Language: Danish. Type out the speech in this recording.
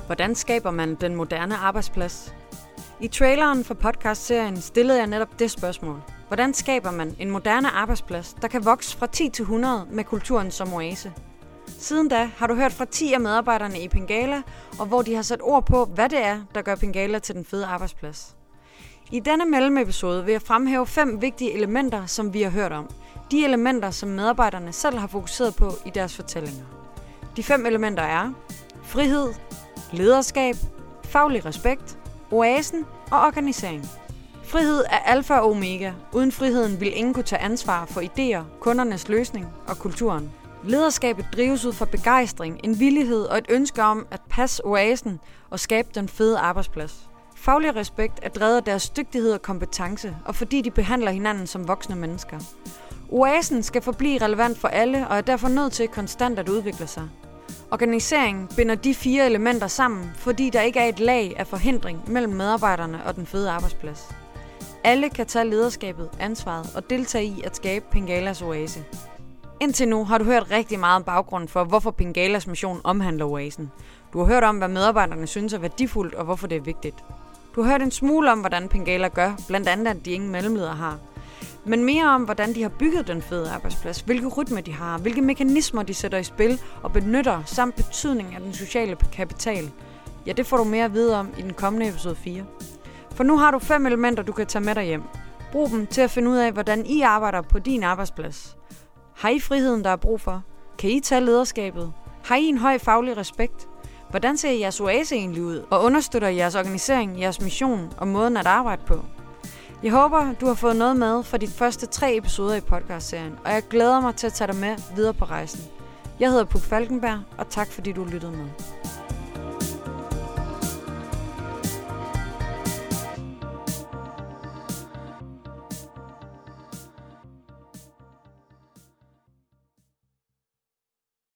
Hvordan skaber man den moderne arbejdsplads? I traileren for podcastserien stillede jeg netop det spørgsmål. Hvordan skaber man en moderne arbejdsplads, der kan vokse fra 10 til 100 med kulturen som oase? Siden da har du hørt fra 10 af medarbejderne i Pengala, og hvor de har sat ord på, hvad det er, der gør Pengala til den fede arbejdsplads. I denne mellemepisode vil jeg fremhæve 5 vigtige elementer, som vi har hørt om. De elementer, som medarbejderne selv har fokuseret på i deres fortællinger. De 5 elementer er frihed, lederskab, faglig respekt, oasen og organisering. Frihed er alfa og omega. Uden friheden vil ingen kunne tage ansvar for idéer, kundernes løsning og kulturen. Lederskabet drives ud fra begejstring, en villighed og et ønske om at passe oasen og skabe den fede arbejdsplads. Faglig respekt er drevet af deres dygtighed og kompetence, og fordi de behandler hinanden som voksne mennesker. Oasen skal forblive relevant for alle og er derfor nødt til konstant at udvikle sig. Organiseringen binder de 4 elementer sammen, fordi der ikke er et lag af forhindring mellem medarbejderne og den fede arbejdsplads. Alle kan tage lederskabet, ansvaret og deltage i at skabe Pengalas oase. Indtil nu har du hørt rigtig meget om baggrunden for, hvorfor Pengalas mission omhandler oasen. Du har hørt om, hvad medarbejderne synes er værdifuldt og hvorfor det er vigtigt. Du har hørt en smule om, hvordan Pengala gør, blandt andet at de ingen mellemledere har. Men mere om, hvordan de har bygget den fede arbejdsplads, hvilke rytmer de har, hvilke mekanismer de sætter i spil og benytter, samt betydningen af den sociale kapital. Ja, det får du mere at vide om i den kommende episode 4. For nu har du 5 elementer, du kan tage med dig hjem. Brug dem til at finde ud af, hvordan I arbejder på din arbejdsplads. Har I friheden, der er brug for? Kan I tage lederskabet? Har I en høj faglig respekt? Hvordan ser jeres oase egentlig ud? Og understøtter jeres organisering, jeres mission og måden at arbejde på? Jeg håber, du har fået noget med fra de første 3 episoder i podcastserien, og jeg glæder mig til at tage dig med videre på rejsen. Jeg hedder Puk Falkenberg, og tak fordi du lyttede med.